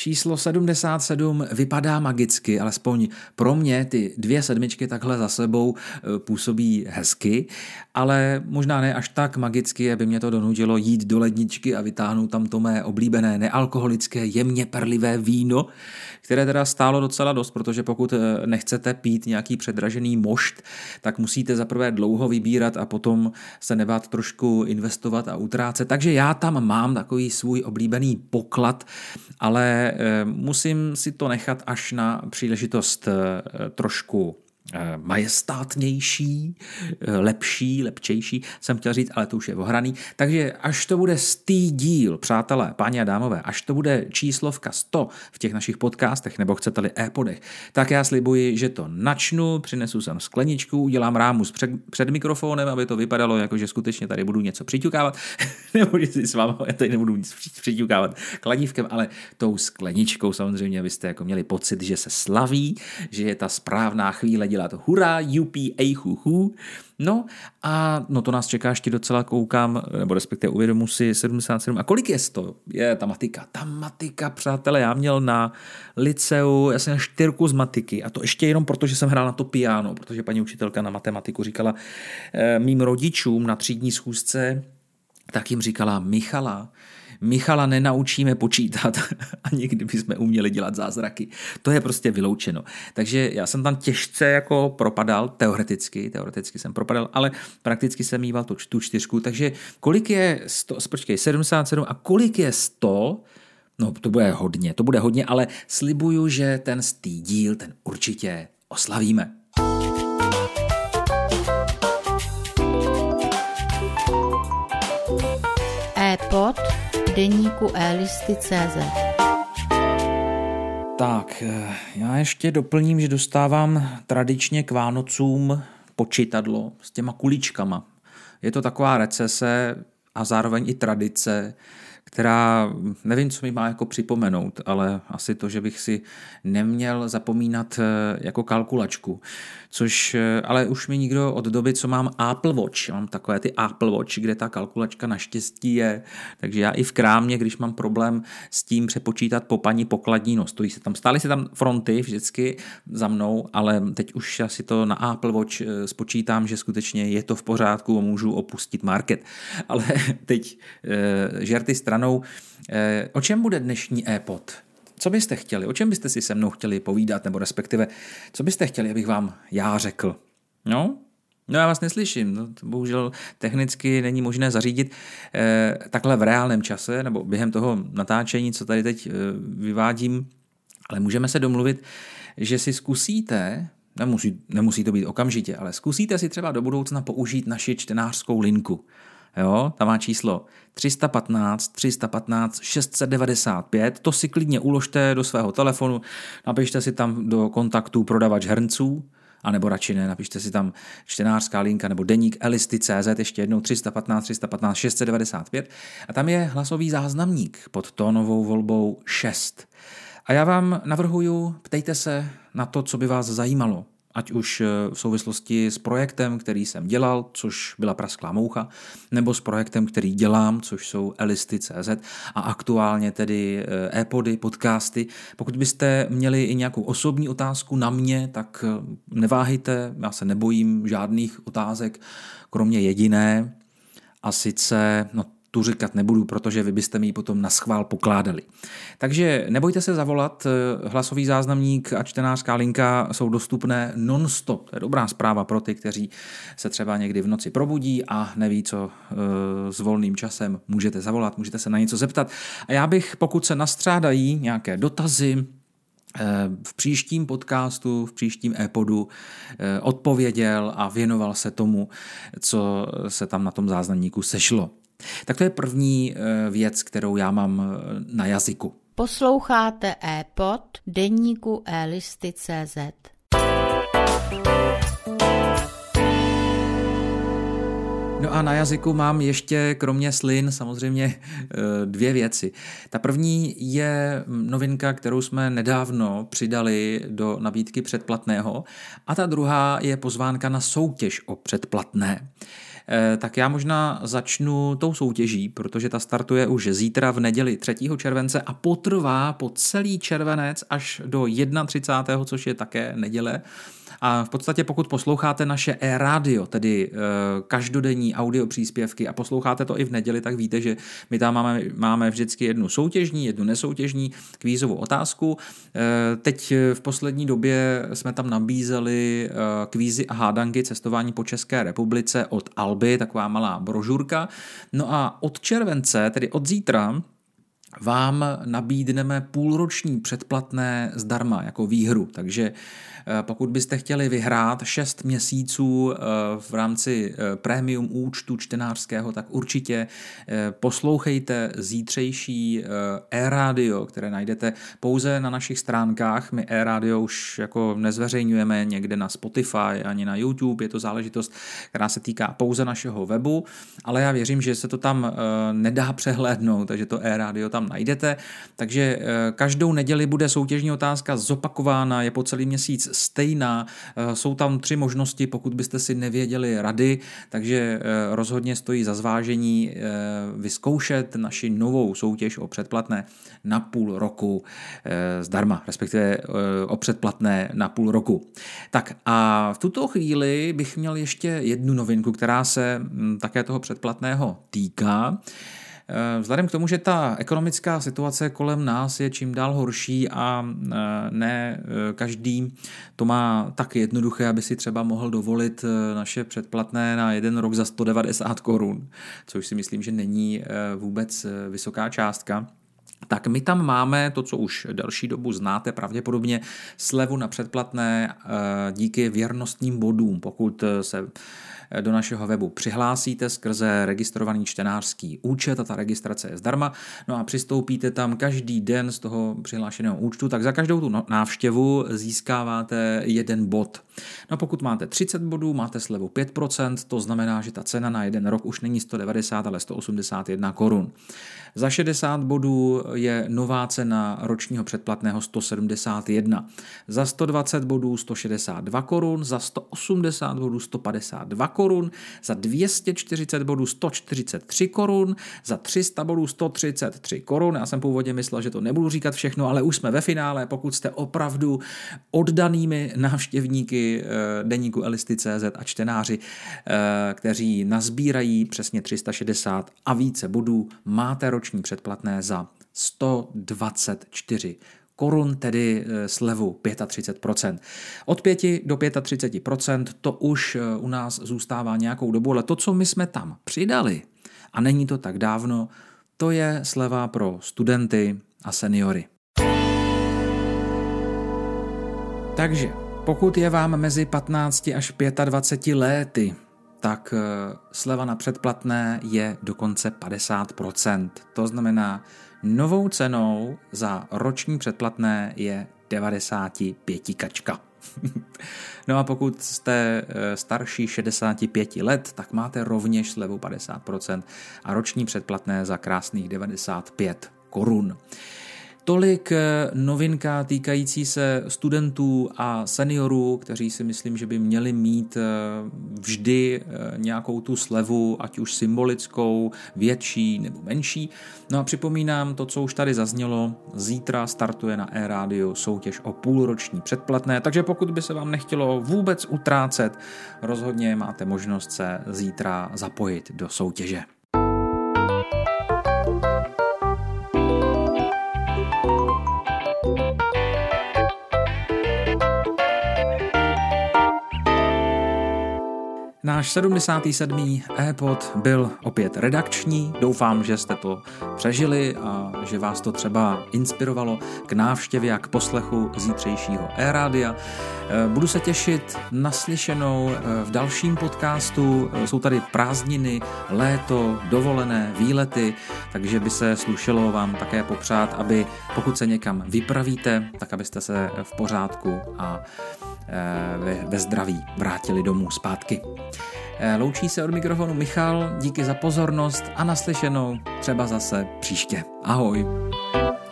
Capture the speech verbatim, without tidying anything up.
Číslo sedmdesát sedm vypadá magicky, alespoň pro mě ty dvě sedmičky takhle za sebou působí hezky, ale možná ne až tak magicky, aby mě to donutilo jít do ledničky a vytáhnout tam to mé oblíbené nealkoholické, jemně perlivé víno, které teda stálo docela dost, protože pokud nechcete pít nějaký předražený mošt, tak musíte zaprvé dlouho vybírat a potom se nebát trošku investovat a utrácet. Takže já tam mám takový svůj oblíbený poklad, ale musím si to nechat až na příležitost trošku majestátnější, lepší, lepčejší, jsem chtěl říct, ale to už je ohraný. Takže až to bude stý díl, přátelé, páni a dámové, až to bude číslovka sto v těch našich podcastech, nebo chcete-li e-podech, tak já slibuji, že to načnu, přinesu sem skleničku, udělám rámus před, před mikrofonem, aby to vypadalo jako, že skutečně tady budu něco přiťukávat, nebo že si s vámi tady nebudu nic přiťukávat kladívkem, ale tou skleničkou samozřejmě, abyste jako měli pocit, že se slaví, že je ta správná chvíle dělat hurá, jupi, ejchu, hu. No a no to nás čeká, ještě docela koukám, nebo respektive uvědomu si sedmdesát sedm. A kolik je sto? Je ta matika. Ta matika, přátelé, já měl na liceu, já jsem měl čtyřku z matiky a to ještě jenom proto, že jsem hrál na to piano, protože paní učitelka na matematiku říkala e, mým rodičům na třídní schůzce, tak jim říkala Michala, Michala nenaučíme počítat a nikdy bychom uměli dělat zázraky. To je prostě vyloučeno. Takže já jsem tam těžce jako propadal, teoreticky, teoreticky jsem propadal, ale prakticky jsem mýval tu, tu čtyřku. Takže kolik je sto, počkej, sedmdesát sedm a kolik je sto? No to bude hodně, to bude hodně, ale slibuju, že ten stý díl, ten určitě oslavíme. E-pod deníku elisty tečka cé zet. Tak, já ještě doplním, že dostávám tradičně k Vánocům počítadlo s těma kuličkama. Je to taková recese a zároveň i tradice, která, nevím, co mi má jako připomenout, ale asi to, že bych si neměl zapomínat jako kalkulačku, což, ale už mi nikdo od doby, co mám Apple Watch, mám takové ty Apple Watch, kde ta kalkulačka naštěstí je, takže já i v krámě, když mám problém s tím přepočítat po paní pokladní, no stojí se tam, stály se tam fronty vždycky za mnou, ale teď už asi to na Apple Watch spočítám, že skutečně je to v pořádku a můžu opustit market. Ale teď žerty stranou, o čem bude dnešní e-pod? Co byste chtěli? O čem byste si se mnou chtěli povídat, nebo respektive, co byste chtěli, abych vám já řekl? No? No já vás neslyším, no, to bohužel technicky není možné zařídit eh, takhle v reálném čase, nebo během toho natáčení, co tady teď eh, vyvádím, ale můžeme se domluvit, že si zkusíte, nemusí, nemusí to být okamžitě, ale zkusíte si třeba do budoucna použít naši čtenářskou linku. Jo, tam má číslo tři sta patnáct, tři sta patnáct, šest set devadesát pět, to si klidně uložte do svého telefonu, napište si tam do kontaktu prodavač hrnců, anebo radši ne, napište si tam čtenářská linka nebo deník elisty tečka cé zet, ještě jednou tři sta patnáct, tři sta patnáct, šest set devadesát pět a tam je hlasový záznamník pod tónovou volbou šest. A já vám navrhuju, ptejte se na to, co by vás zajímalo. Ať už v souvislosti s projektem, který jsem dělal, což byla Prasklá moucha, nebo s projektem, který dělám, což jsou elisty tečka cé zet a aktuálně tedy e-pody, podcasty. Pokud byste měli i nějakou osobní otázku na mě, tak neváhejte, já se nebojím žádných otázek, kromě jediné, a sice, no tu říkat nebudu, protože vy byste mi ji potom na schvál pokládali. Takže nebojte se zavolat, hlasový záznamník a čtenářská linka jsou dostupné non-stop. To je dobrá zpráva pro ty, kteří se třeba někdy v noci probudí a neví, co e, s volným časem můžete zavolat, můžete se na něco zeptat. A já bych, pokud se nastřádají nějaké dotazy, v příštím podcastu, v příštím e-podu odpověděl a věnoval se tomu, co se tam na tom záznamníku sešlo. Tak to je první věc, kterou já mám na jazyku. Posloucháte e-pod deníku elisty tečka cé zet. No a na jazyku mám ještě kromě slin samozřejmě dvě věci. Ta první je novinka, kterou jsme nedávno přidali do nabídky předplatného a ta druhá je pozvánka na soutěž o předplatné. tak já možná začnu tou soutěží, protože ta startuje už zítra v neděli třetího července a potrvá po celý červenec až do třicátého prvního což je také neděle. A v podstatě pokud posloucháte naše e-rádio, tedy e, každodenní audio příspěvky a posloucháte to i v neděli, tak víte, že my tam máme, máme vždycky jednu soutěžní, jednu nesoutěžní kvízovou otázku. E, teď v poslední době jsme tam nabízeli e, kvízy a hádanky cestování po České republice od Alby, taková malá brožurka. No a od července, tedy od zítra, vám nabídneme půlroční předplatné zdarma jako výhru, takže pokud byste chtěli vyhrát šest měsíců v rámci premium účtu čtenářského, tak určitě poslouchejte zítřejší e-rádio, které najdete pouze na našich stránkách. My e-rádio už jako nezveřejňujeme někde na Spotify ani na YouTube, je to záležitost, která se týká pouze našeho webu, ale já věřím, že se to tam nedá přehlédnout, takže to e-rádio tam najdete. Takže každou neděli bude soutěžní otázka zopakována, je po celý měsíc stejná. Jsou tam tři možnosti, pokud byste si nevěděli rady, takže rozhodně stojí za zvážení vyzkoušet naši novou soutěž o předplatné na půl roku zdarma, respektive o předplatné na půl roku. Tak a v tuto chvíli bych měl ještě jednu novinku, která se také toho předplatného týká. Vzhledem k tomu, že ta ekonomická situace kolem nás je čím dál horší a ne každý to má tak jednoduché, aby si třeba mohl dovolit naše předplatné na jeden rok za sto devadesát korun, což si myslím, že není vůbec vysoká částka. Tak my tam máme to, co už delší dobu znáte, pravděpodobně slevu na předplatné díky věrnostním bodům, pokud se do našeho webu přihlásíte skrze registrovaný čtenářský účet a ta registrace je zdarma, no a přistoupíte tam každý den z toho přihlášeného účtu, tak za každou tu návštěvu získáváte jeden bod. No pokud máte třicet bodů, máte slevu pět procent, to znamená, že ta cena na jeden rok už není sto devadesát, ale sto osmdesát jedna korun. Za šedesát bodů je nová cena ročního předplatného sto sedmdesát jedna. Za sto dvacet bodů sto šedesát dva korun, za sto osmdesát bodů sto padesát dva korun, za dvě stě čtyřicet bodů sto čtyřicet tři korun, za tři sta bodů sto třicet tři korun. Já jsem původně myslel, že to nebudu říkat všechno, ale už jsme ve finále, pokud jste opravdu oddanými návštěvníky deníku elisty tečka cé zet a čtenáři, kteří nazbírají přesně tři sta šedesát a více bodů, máte roční předplatné za sto dvacet čtyři korun, tedy slevu třicet pět procent. Od pěti do třicet pět procent to už u nás zůstává nějakou dobu, ale to, co my jsme tam přidali, a není to tak dávno, to je sleva pro studenty a seniory. Takže pokud je vám mezi patnácti až dvaceti pěti léty, tak sleva na předplatné je dokonce padesát procent. To znamená, novou cenou za roční předplatné je devadesát pět kačka. No a pokud jste starší šedesáti pěti let, tak máte rovněž slevu padesát procent a roční předplatné za krásných devadesát pět korun. Tolik novinka týkající se studentů a seniorů, kteří si myslím, že by měli mít vždy nějakou tu slevu, ať už symbolickou, větší nebo menší. No a připomínám to, co už tady zaznělo, zítra startuje na e-rádiu soutěž o půlroční předplatné, takže pokud by se vám nechtělo vůbec utrácet, rozhodně máte možnost se zítra zapojit do soutěže. Náš sedmdesátý sedmý e-pod byl opět redakční, doufám, že jste to přežili a že vás to třeba inspirovalo k návštěvě a k poslechu zítřejšího e-rádia. Budu se těšit naslyšenou v dalším podcastu, jsou tady prázdniny, léto, dovolené, výlety, takže by se slušelo vám také popřát, aby pokud se někam vypravíte, tak abyste se v pořádku a ve, ve zdraví vrátili domů zpátky. Loučí se od mikrofonu Michal, díky za pozornost a naslyšenou třeba zase příště. Ahoj.